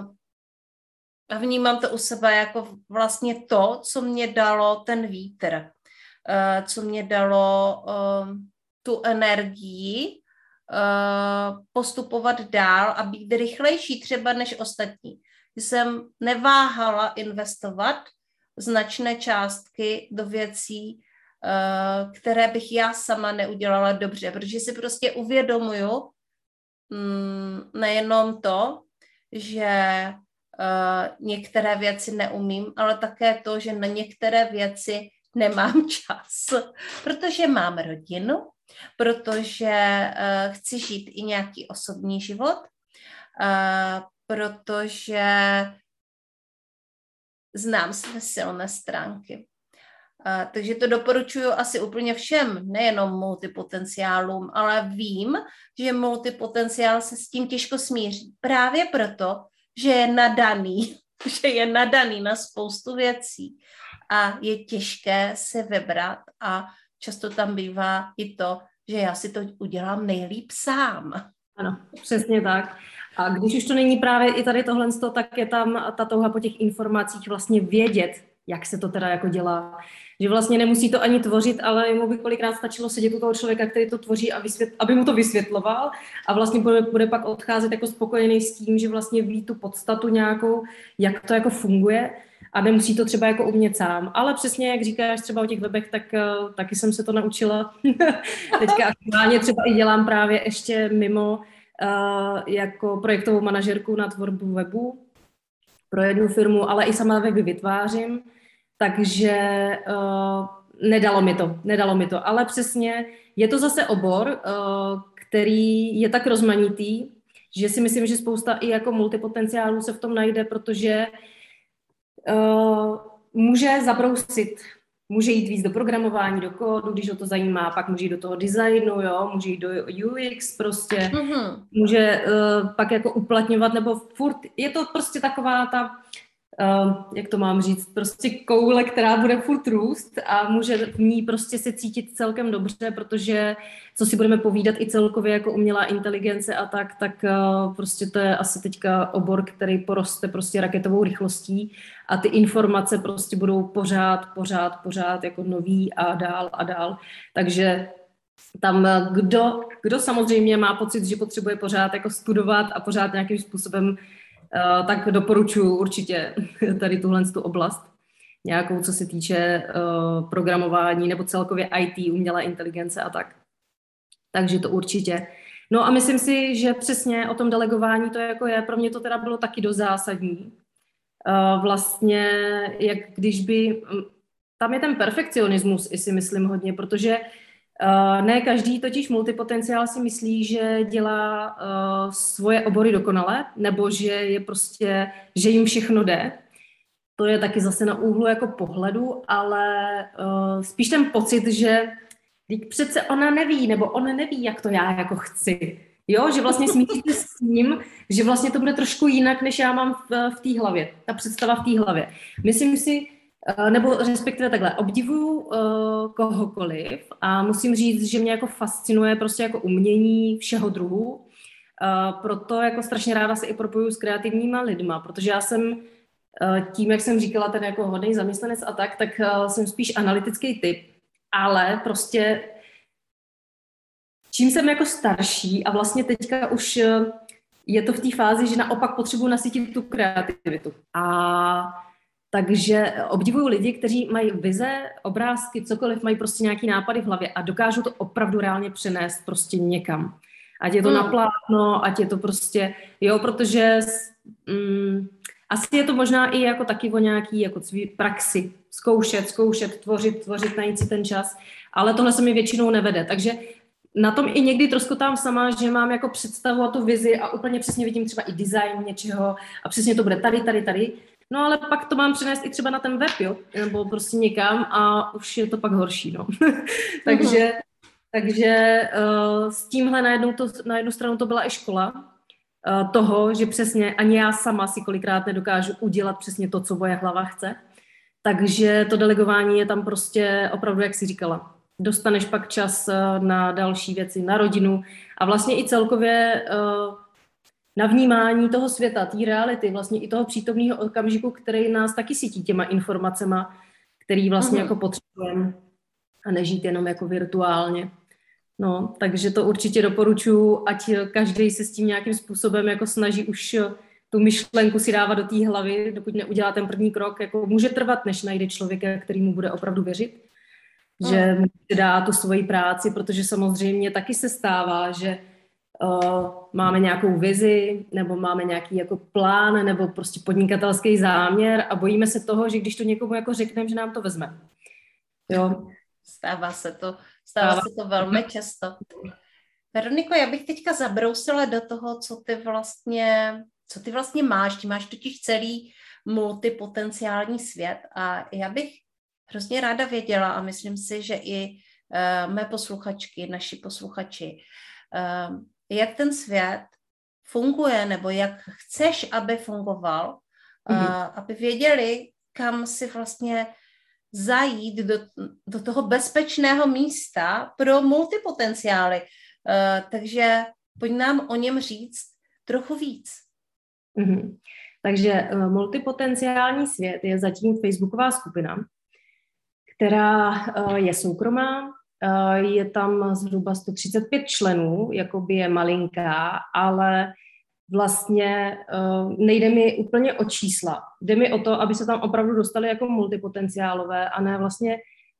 vnímám to u sebe jako vlastně to, co mě dalo ten vítr, co mě dalo tu energii postupovat dál a být rychlejší třeba než ostatní. Jsem neváhala investovat značné částky do věcí, které bych já sama neudělala dobře, protože si prostě uvědomuju nejenom to, že některé věci neumím, ale také to, že na některé věci nemám čas, protože mám rodinu, protože chci žít i nějaký osobní život, protože znám své silné stránky. Takže to doporučuji asi úplně všem, nejenom multipotenciálům, ale vím, že multipotenciál se s tím těžko smíří. Právě proto, že je nadaný na spoustu věcí a je těžké se vybrat a často tam bývá i to, že já si to udělám nejlíp sám. Ano, přesně tak. A když už to není právě i tady tohle, tak je tam ta touha po těch informacích vlastně vědět, jak se to teda jako dělá. Že vlastně nemusí to ani tvořit, ale mu by kolikrát stačilo sedět u toho člověka, který to tvoří, aby mu to vysvětloval a vlastně bude pak odcházet jako spokojený s tím, že vlastně ví tu podstatu nějakou, jak to jako funguje a nemusí to třeba jako umět sám. Ale přesně, jak říkáš třeba o těch webech, tak taky jsem se to naučila. Teďka aktuálně třeba i dělám právě ještě mimo jako projektovou manažerku na tvorbu webu pro jednu firmu, ale i sama weby vytvářím. Takže nedalo mi to. Ale přesně je to zase obor, který je tak rozmanitý, že si myslím, že spousta i jako multipotenciálů se v tom najde, protože může zabrousit, může jít víc do programování, do kódu, když ho to zajímá, pak může jít do toho designu, jo, může jít do UX prostě, může pak jako uplatňovat, nebo furt, je to prostě taková ta jak to mám říct, prostě koule, která bude furt růst a může v ní prostě se cítit celkem dobře, protože co si budeme povídat i celkově jako umělá inteligence a tak prostě to je asi teďka obor, který poroste prostě raketovou rychlostí a ty informace prostě budou pořád jako nový a dál. Takže tam kdo samozřejmě má pocit, že potřebuje pořád jako studovat a pořád nějakým způsobem tak doporučuji určitě tady tuhle oblast, nějakou, co se týče programování nebo celkově IT, umělé inteligence a tak. Takže to určitě. No a myslím si, že přesně o tom delegování to jako je, pro mě to teda bylo taky dost zásadní. Vlastně, jak když by tam je ten perfekcionismus, i si myslím hodně, protože ne každý totiž multipotenciál si myslí, že dělá svoje obory dokonale, nebo že je prostě, že jim všechno jde. To je taky zase na úhlu jako pohledu, ale spíš ten pocit, že přece ona neví, nebo on neví, jak to já jako chci. Jo, že vlastně smíříte s tím, že vlastně to bude trošku jinak, než já mám v té hlavě, ta představa v té hlavě. Myslím si, nebo respektive takhle, obdivuju kohokoliv a musím říct, že mě jako fascinuje prostě jako umění všeho druhu. Proto jako strašně ráda se i propojuju s kreativníma lidma, protože já jsem tím, jak jsem říkala, ten jako hodný zaměstnanec a tak jsem spíš analytický typ, ale prostě čím jsem jako starší a vlastně teďka už je to v té fázi, že naopak potřebuji nasytit tu kreativitu. A takže obdivuju lidi, kteří mají vize, obrázky, cokoliv, mají prostě nějaký nápady v hlavě a dokážou to opravdu reálně přenést prostě někam. Ať je to na plátno, ať je to prostě, jo, protože asi je to možná i jako taky o nějaký jako praxi, zkoušet, tvořit, najít si ten čas, ale tohle se mi většinou nevede, takže na tom i někdy troskotám sama, že mám jako představu a tu vizi a úplně přesně vidím třeba i design něčeho a přesně to bude tady. No ale pak to mám přenést i třeba na ten web, jo, nebo prostě někam a už je to pak horší, no. takže s tímhle na jednu stranu to byla i škola toho, že přesně ani já sama si kolikrát nedokážu udělat přesně to, co moje hlava chce. Takže to delegování je tam prostě opravdu, jak jsi říkala. Dostaneš pak čas na další věci, na rodinu a vlastně i celkově na vnímání toho světa, té reality, vlastně i toho přítomného okamžiku, který nás taky sytí těma informacema, který vlastně jako potřebujeme a nežít jenom jako virtuálně. No, takže to určitě doporučuji, ať každý se s tím nějakým způsobem jako snaží už tu myšlenku si dávat do té hlavy, dokud neudělá ten první krok, jako může trvat, než najde člověka, který mu bude opravdu věřit, že mu dá tu svoji práci, protože samozřejmě taky se stává, že máme nějakou vizi, nebo máme nějaký jako plán, nebo prostě podnikatelský záměr a bojíme se toho, že když to někomu jako řekneme, že nám to vezme. Jo. Stává se to velmi často. Veroniko, já bych teďka zabrousila do toho, co ty vlastně máš. Ty máš totiž celý multipotenciální svět a já bych hrozně ráda věděla a myslím si, že i mé posluchačky, naši posluchači, jak ten svět funguje nebo jak chceš, aby fungoval, aby věděli, kam si vlastně zajít do toho bezpečného místa pro multipotenciály. Takže pojď nám o něm říct trochu víc. Takže multipotenciální svět je zatím facebooková skupina, která je soukromá, je tam zhruba 135 členů, jakoby je malinká, ale vlastně nejde mi úplně o čísla. Jde mi o to, aby se tam opravdu dostali jako multipotenciálové a ne vlastně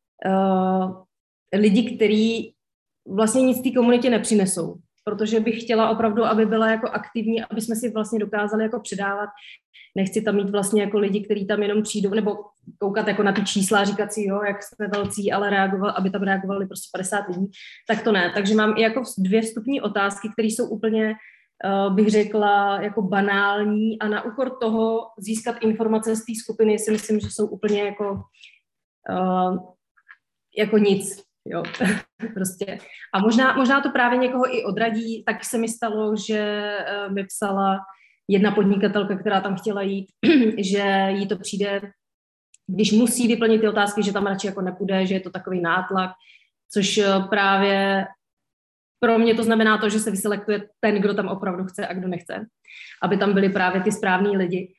lidi, kteří vlastně nic té komunitě nepřinesou. Protože bych chtěla opravdu, aby byla jako aktivní, aby jsme si vlastně dokázali jako předávat. Nechci tam mít vlastně jako lidi, kteří tam jenom přijdou, nebo koukat jako na ty čísla, říkat si, jo, jak jsme velcí, ale aby tam reagovali prostě 50 lidí, tak to ne. Takže mám i jako 2 vstupní otázky, které jsou úplně, bych řekla, jako banální a na úkor toho získat informace z té skupiny si myslím, že jsou úplně jako nic. Jo, prostě. A možná to právě někoho i odradí. Tak se mi stalo, že mi psala jedna podnikatelka, která tam chtěla jít, že jí to přijde, když musí vyplnit ty otázky, že tam radši jako nepůjde, že je to takový nátlak, což právě pro mě to znamená to, že se vyselektuje ten, kdo tam opravdu chce a kdo nechce, aby tam byli právě ty správní lidi.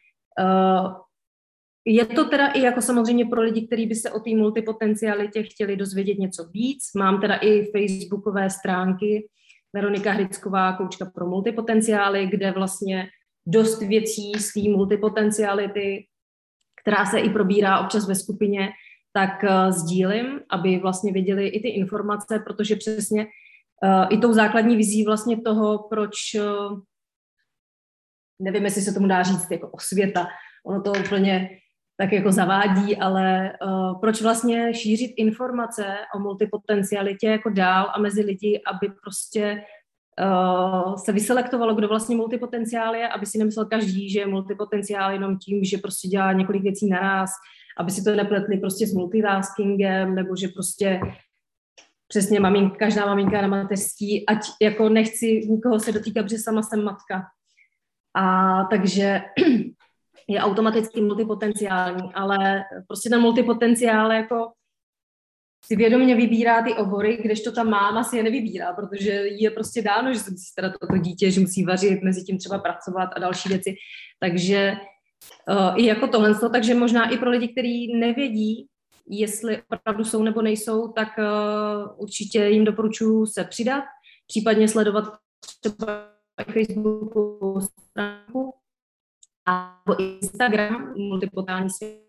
Je to teda i jako samozřejmě pro lidi, kteří by se o té multipotencialitě chtěli dozvědět něco víc. Mám teda i facebookové stránky Veronika Hrycková, koučka pro multipotenciály, kde vlastně dost věcí z té multipotenciality, která se i probírá občas ve skupině, tak sdílím, aby vlastně věděli i ty informace, protože přesně i tou základní vizí vlastně toho, proč, nevím, jestli se tomu dá říct jako osvěta, ono to úplně tak jako zavádí, ale proč vlastně šířit informace o multipotencialitě jako dál a mezi lidi, aby prostě se vyselektovalo, kdo vlastně multipotenciál je, aby si nemyslel každý, že je multipotenciál jenom tím, že prostě dělá několik věcí naraz, aby si to nepletli prostě s multitaskingem, nebo že prostě přesně každá maminka na mateřství, ať jako nechci nikoho se dotýkat, protože sama jsem matka. A takže je automaticky multipotenciální, ale prostě ten multipotenciál jako si vědomě vybírá ty obory, kdežto ta máma si je nevybírá, protože jí je prostě dáno, že se musí starat o to dítě, že musí vařit, mezi tím třeba pracovat a další věci. Takže i jako tohle, takže možná i pro lidi, kteří nevědí, jestli opravdu jsou nebo nejsou, tak určitě jim doporučuji se přidat, případně sledovat třeba Facebooku stránku a Instagram, multipotenciální svět.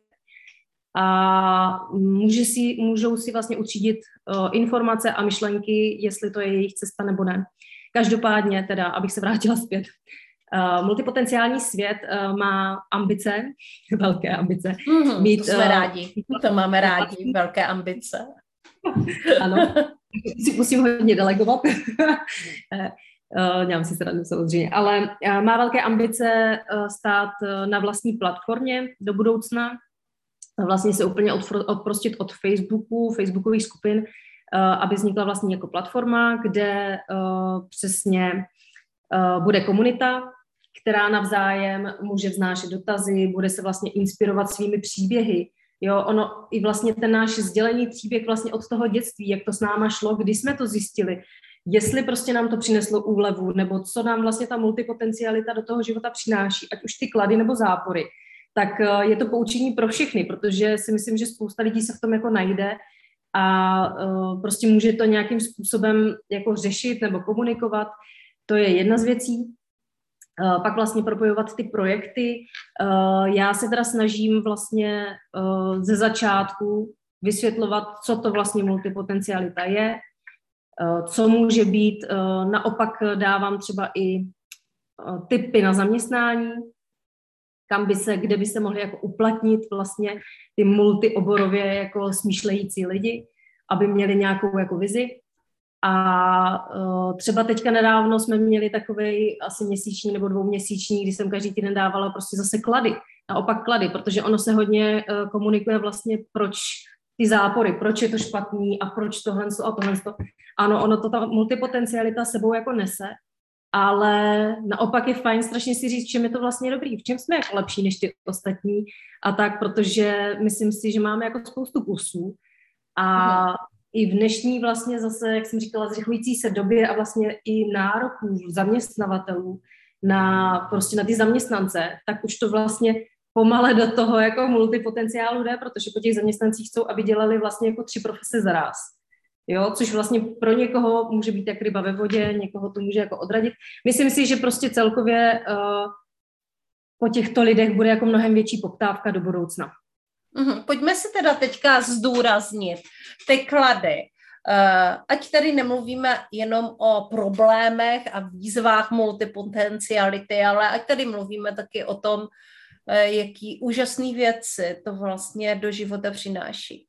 A můžou si vlastně utřídit informace a myšlenky, jestli to je jejich cesta nebo ne. Každopádně teda, abych se vrátila zpět, multipotenciální svět má ambice, velké ambice. To jsme rádi, to máme rádi, velké ambice. Ano, si musím hodně delegovat. Dělám si srandu samozřejmě, ale má velké ambice stát na vlastní platformě do budoucna, vlastně se úplně odprostit od facebookových skupin, aby vznikla vlastně jako platforma, kde přesně bude komunita, která navzájem může vznášet dotazy, bude se vlastně inspirovat svými příběhy. Jo, ono i vlastně ten náš sdělený příběh vlastně od toho dětství, jak to s náma šlo, kdy jsme to zjistili, jestli prostě nám to přineslo úlevu, nebo co nám vlastně ta multipotencialita do toho života přináší, ať už ty klady nebo zápory, tak je to poučení pro všechny, protože si myslím, že spousta lidí se v tom jako najde a prostě může to nějakým způsobem jako řešit nebo komunikovat. To je jedna z věcí. Pak vlastně propojovat ty projekty. Já se teda snažím vlastně ze začátku vysvětlovat, co to vlastně multipotencialita je, co může být. Naopak dávám třeba i tipy na zaměstnání, kde by se mohli jako uplatnit vlastně ty multioborově jako smýšlející lidi, aby měli nějakou jako vizi. A třeba teďka nedávno jsme měli takovej asi měsíční nebo dvouměsíční, kdy jsem každý týden dávala prostě zase klady, naopak klady, protože ono se hodně komunikuje vlastně, proč ty zápory, proč je to špatný a proč tohle a tohle. Ano, ono to ta multipotencialita sebou jako nese, ale naopak je fajn strašně si říct, v čem je to vlastně dobrý, v čem jsme jako lepší než ty ostatní a tak, protože myslím si, že máme jako spoustu kusů a i v dnešní vlastně zase, jak jsem říkala, zrychlující se době a vlastně i nároků zaměstnavatelů prostě na ty zaměstnance, tak už to vlastně pomale do toho jako multipotenciálu jde, protože po těch zaměstnancích chcou, aby dělali vlastně jako 3 profese zaráz. Jo, což vlastně pro někoho může být jak ryba ve vodě, někoho to může jako odradit. Myslím si, že prostě celkově po těchto lidech bude jako mnohem větší poptávka do budoucna. Pojďme si teda teďka zdůraznit ty klady. Ať tady nemluvíme jenom o problémech a výzvách multipotenciality, ale ať tady mluvíme taky o tom, jaký úžasné věci to vlastně do života přináší.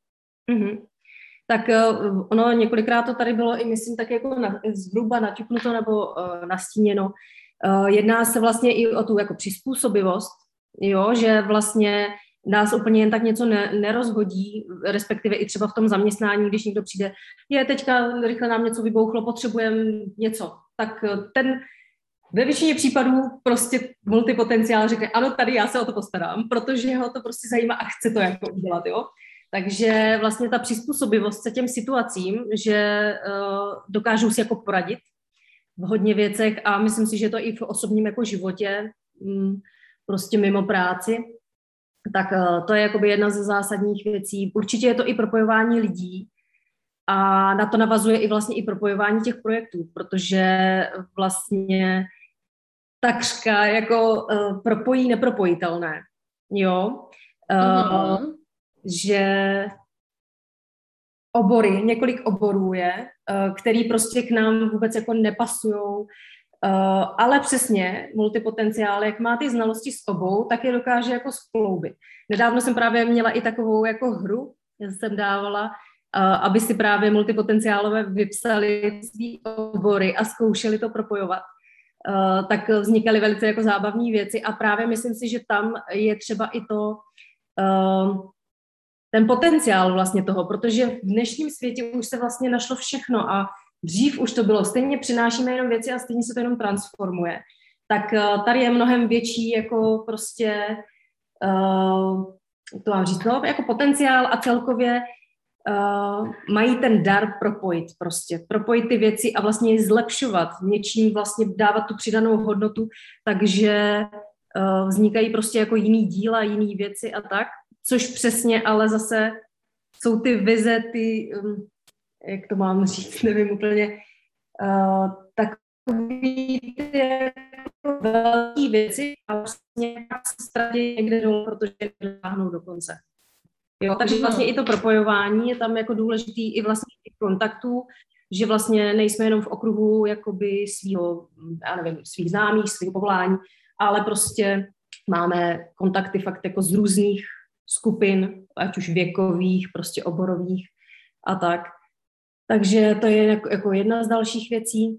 Tak ono několikrát to tady bylo i myslím tak jako zhruba naťuknuto nebo nastíněno. Jedná se vlastně i o tu jako přizpůsobivost, jo, že vlastně nás úplně jen tak něco nerozhodí, respektive i třeba v tom zaměstnání, když někdo přijde, teďka rychle nám něco vybouchlo, potřebujeme něco. Tak ten ve většině případů prostě multipotenciál řekne, ano, tady já se o to postarám, protože ho to prostě zajímá a chce to jako udělat, jo. Takže vlastně ta přizpůsobivost se těm situacím, že dokážou si jako poradit v hodně věcech a myslím si, že to i v osobním jako životě, prostě mimo práci, tak to je jakoby jedna ze zásadních věcí. Určitě je to i propojování lidí a na to navazuje i vlastně i propojování těch projektů, protože vlastně takřka jako propojí nepropojitelné, jo. Že několik oborů je, který prostě k nám vůbec jako nepasujou Ale přesně multipotenciál, jak má ty znalosti z obou, tak je dokáže jako skloubit. Nedávno jsem právě měla i takovou jako hru, já jsem dávala, aby si právě multipotenciálové vypsali svý obory a zkoušeli to propojovat. Tak vznikaly velice jako zábavné věci a právě myslím si, že tam je třeba i to, ten potenciál vlastně toho, protože v dnešním světě už se vlastně našlo všechno a dřív už to bylo, stejně přinášíme jenom věci a stejně se to jenom transformuje. Tak tady je mnohem větší jako prostě, to mám říct, no, jako potenciál a celkově mají ten dar propojit ty věci a vlastně je zlepšovat, něčím vlastně dávat tu přidanou hodnotu, takže vznikají prostě jako jiný díla, jiný věci a tak, což přesně ale zase jsou ty vize, ty, jak to mám říct, nevím úplně, takový ty velké věci a vlastně se ztratí někde dolů, protože nedotáhnou do konce. Jo, takže vlastně i to propojování je tam jako důležitý i vlastně i kontaktů, že vlastně nejsme jenom v okruhu jakoby svýho, já nevím, svých známých, svých povolání, ale prostě máme kontakty fakt jako z různých skupin, ať už věkových, prostě oborových a tak. Takže to je jako jedna z dalších věcí.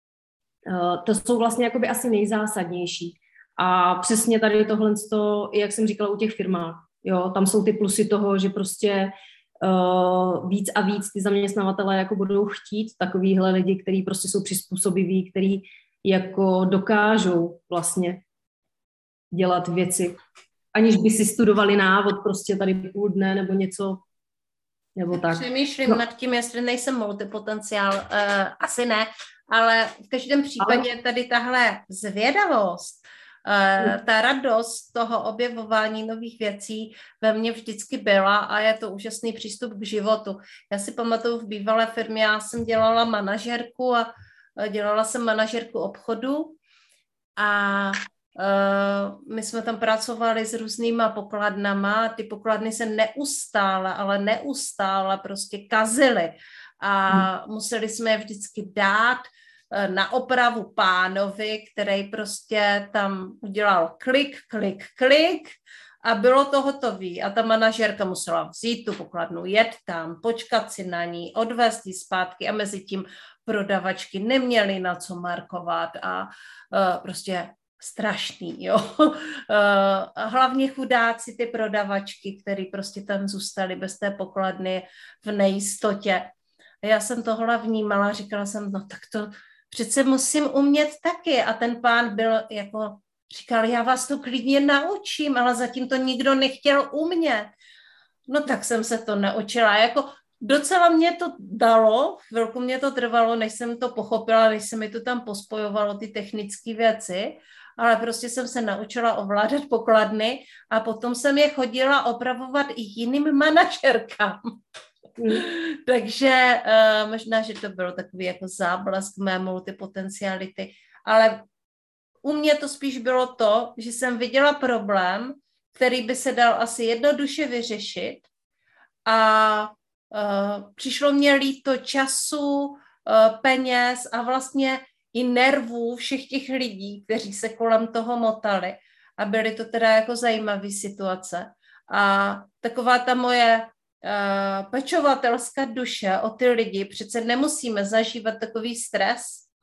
To jsou vlastně jakoby asi nejzásadnější. A přesně tady tohle, jak jsem říkala u těch firmách, jo, tam jsou ty plusy toho, že prostě víc a víc ty zaměstnavatelé jako budou chtít takovýhle lidi, kteří prostě jsou přizpůsobiví, kteří jako dokážou vlastně dělat věci, aniž by si studovali návod prostě tady půl dne nebo něco, nebo tak. Přemýšlím nad tím, jestli nejsem multipotenciál, asi ne, ale v každém případě tady tahle zvědavost, ta radost toho objevování nových věcí ve mně vždycky byla a je to úžasný přístup k životu. Já si pamatuju v bývalé firmě, já jsem dělala manažerku a dělala jsem manažerku obchodu a my jsme tam pracovali s různýma pokladnama, ty pokladny se neustále prostě kazily a museli jsme je vždycky dát na opravu pánovi, který prostě tam udělal klik a bylo to hotový. A ta manažerka musela vzít tu pokladnu, jet tam, počkat si na ní, odvést ji zpátky a mezi tím prodavačky neměly na co markovat a prostě strašný, jo. Hlavně chudáci ty prodavačky, který prostě tam zůstali bez té pokladny v nejistotě. A já jsem tohle vnímala, říkala jsem, no tak to přece musím umět taky. A ten pán byl jako, říkal, já vás to klidně naučím, ale zatím to nikdo nechtěl umět. No tak jsem se to naučila. Jako docela mě to dalo, chvilku mě to trvalo, než jsem to pochopila, než se mi to tam pospojovalo, ty technické věci, ale prostě jsem se naučila ovládat pokladny a potom jsem je chodila opravovat i jiným manažerkám. Takže možná, že to bylo takový jako záblesk mé multipotenciality, ale u mě to spíš bylo to, že jsem viděla problém, který by se dal asi jednoduše vyřešit a přišlo mě líto času, peněz a vlastně i nervů všech těch lidí, kteří se kolem toho motali a byly to teda jako zajímavé situace. A taková ta moje pečovatelská duše o ty lidi, přece nemusíme zažívat takový stres,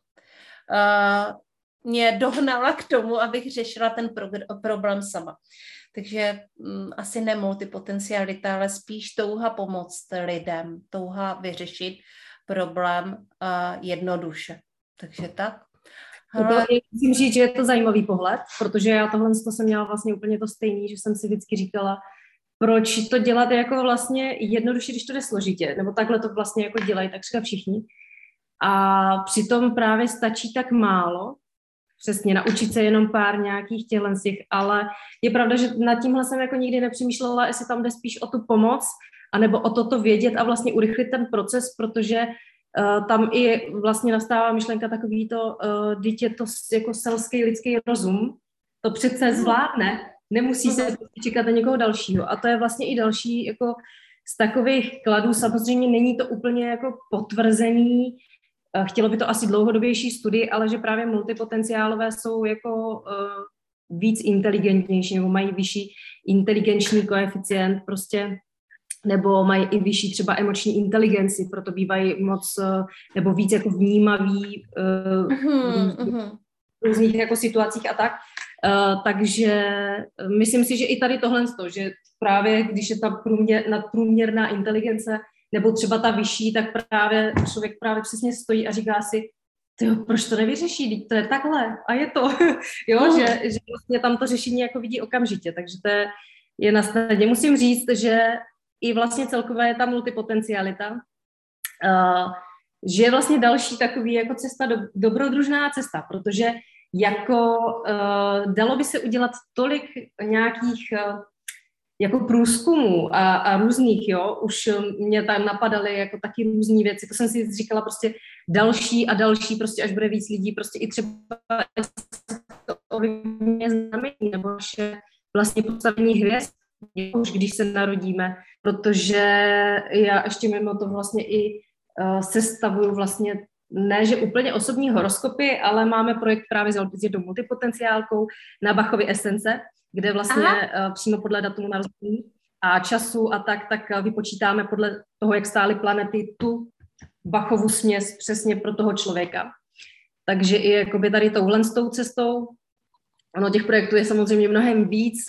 mě dohnala k tomu, abych řešila ten problém sama. Takže asi ne multipotencialita, ale spíš touha pomoct lidem, touha vyřešit problém jednoduše. Takže tak. Musím říct, že je to zajímavý pohled, protože já tohle jsem měla vlastně úplně to stejný, že jsem si vždycky říkala, proč to dělat jako vlastně jednoduše, když to jde složitě, nebo takhle to vlastně jako dělají takřka všichni. A přitom právě stačí tak málo, přesně naučit se jenom pár nějakých těch, ale je pravda, že nad tímhle jsem jako nikdy nepřemýšlela, jestli tam jde spíš o tu pomoc, anebo o toto vědět a vlastně urychlit ten proces, protože tam i vlastně nastává myšlenka takový to, dítě to jako selský lidský rozum, to přece zvládne, nemusí se čekat na někoho dalšího. A to je vlastně i další jako z takových kladů. Samozřejmě není to úplně jako potvrzený chtělo by to asi dlouhodobější studii, ale že právě multipotenciálové jsou jako víc inteligentnější nebo mají vyšší inteligenční koeficient prostě, nebo mají i vyšší třeba emoční inteligenci, proto bývají moc nebo víc jako vnímaví v různých jako situacích a tak. Takže myslím si, že i tady tohle, že právě když je ta nadprůměrná inteligence nebo třeba ta vyšší, tak právě člověk právě přesně stojí a říká si, proč to nevyřeší, to je takhle a je to, jo, že vlastně tam to řešení jako vidí okamžitě, takže to je na snadě. Musím říct, že i vlastně celkově je ta multipotencialita, že je vlastně další takový jako cesta, dobrodružná cesta, protože jako dalo by se udělat tolik nějakých jako průzkumů a různých, jo, už mě tam napadaly jako taky různý věci, to jsem si říkala prostě další a další, prostě až bude víc lidí, prostě i třeba to ovlivňuje znamení, nebo naše vlastně postavení hvězd, už když se narodíme, protože já ještě mimo to vlastně i sestavuju vlastně ne, že úplně osobní horoskopy, ale máme projekt právě s jednou multipotenciálkou na Bachově esence, kde vlastně přímo podle datumu narození a času a tak vypočítáme podle toho, jak stály planety, tu Bachovu směs přesně pro toho člověka. Takže i jakoby tady touhle s tou cestou, ono těch projektů je samozřejmě mnohem víc,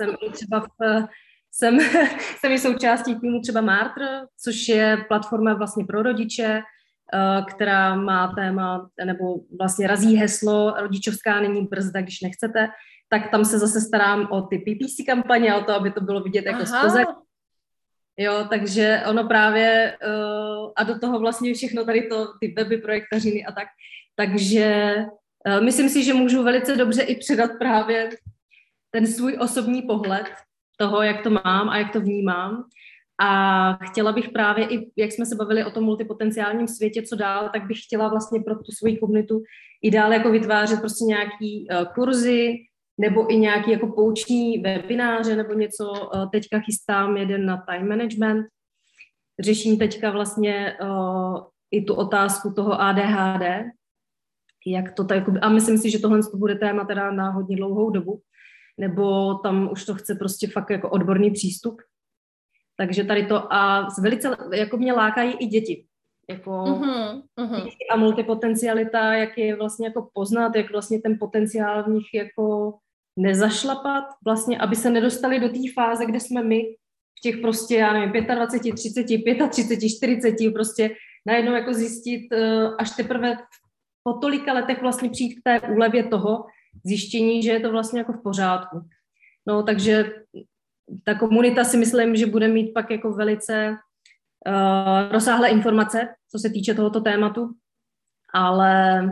jsem i součástí týmu třeba Martr, což je platforma vlastně pro rodiče, která má téma, nebo vlastně razí heslo rodičovská není brzda, když nechcete, tak tam se zase starám o ty PPC kampaně, o to, aby to bylo vidět jako spoza. Jo, takže ono právě, a do toho vlastně všechno tady to, ty weby, projektařiny a tak. Takže myslím si, že můžu velice dobře i předat právě ten svůj osobní pohled toho, jak to mám a jak to vnímám. A chtěla bych právě i, jak jsme se bavili o tom multipotenciálním světě, co dál, tak bych chtěla vlastně pro tu svoji komunitu i dál jako vytvářet prostě nějaký kurzy nebo i nějaký jako pouční webináře nebo něco. Teďka chystám jeden na time management. Řeším teďka vlastně i tu otázku toho ADHD. Jak to tak, a myslím si, že tohle bude téma teda na hodně dlouhou dobu. Nebo tam už to chce prostě fakt jako odborný přístup. Takže tady to a velice, jako mě lákají i děti. Jako děti a multipotencialita, jak je vlastně jako poznat, jak vlastně ten potenciál v nich jako nezašlapat, vlastně, aby se nedostali do té fáze, kde jsme my, v těch prostě, já nevím, 25, 30, 35, 40, prostě najednou jako zjistit, až teprve po tolika letech vlastně přijít k té úlevě toho zjištění, že je to vlastně jako v pořádku. No, takže ta komunita si myslím, že bude mít pak jako velice rozsáhlé informace, co se týče tohoto tématu, ale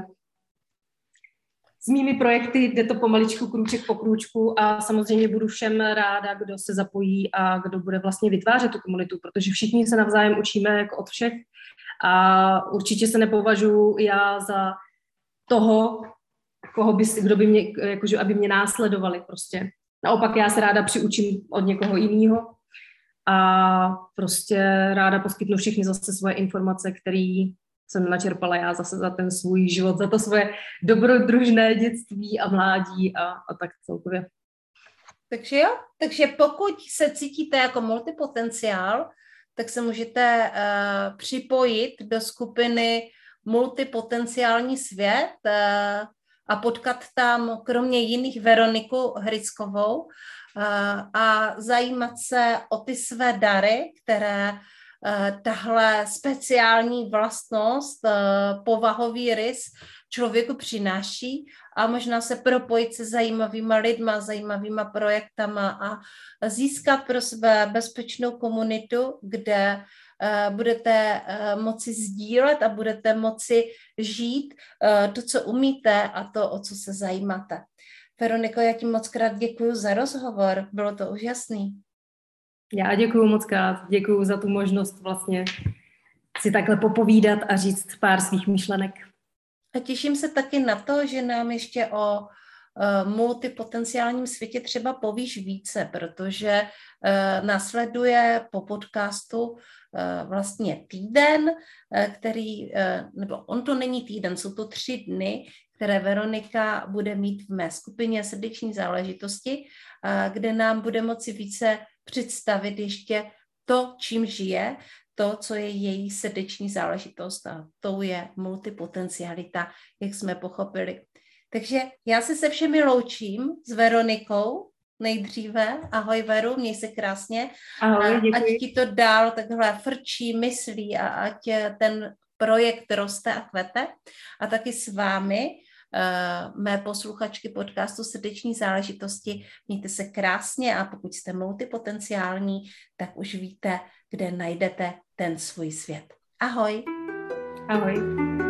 s mými projekty jde to pomaličku, krůček po krůčku a samozřejmě budu všem ráda, kdo se zapojí a kdo bude vlastně vytvářet tu komunitu, protože všichni se navzájem učíme jako od všech a určitě se nepovažuji já za toho, kdo by mě, jakože, aby mě následovali prostě. Naopak já se ráda přiučím od někoho jiného a prostě ráda poskytnu všichni zase svoje informace, které jsem načerpala já zase za ten svůj život, za to svoje dobrodružné dětství a mládí a tak celkově. Takže jo, takže pokud se cítíte jako multipotenciál, tak se můžete připojit do skupiny Multipotenciální svět a potkat tam kromě jiných Veroniku Hryckovou a zajímat se o ty své dary, které tahle speciální vlastnost, povahový rys člověku přináší a možná se propojit se zajímavýma lidma, zajímavýma projektama a získat pro sebe bezpečnou komunitu, kde budete moci sdílet a budete moci žít to, co umíte a to, o co se zajímáte. Veroniko, já ti moc krát děkuju za rozhovor, bylo to úžasný. Já děkuju moc krát, děkuju za tu možnost vlastně si takhle popovídat a říct pár svých myšlenek. A těším se taky na to, že nám ještě o multipotenciálním světě třeba povíš více, protože následuje po podcastu vlastně týden, nebo on to není týden, jsou to 3 dny, které Veronika bude mít v mé skupině Srdeční záležitosti, kde nám bude moci více představit ještě to, čím žije, to, co je její srdeční záležitost, a to je multipotencialita, jak jsme pochopili. Takže já se všemi loučím s Veronikou nejdříve. Ahoj Veru, měj se krásně. Ahoj, děkuji. Ať ti to dál takhle frčí, myslí a ať ten projekt roste a kvete. A taky s vámi, mé posluchačky podcastu Srdeční záležitosti, mějte se krásně a pokud jste multipotenciální, tak už víte, kde najdete ten svůj svět. Ahoj. Ahoj.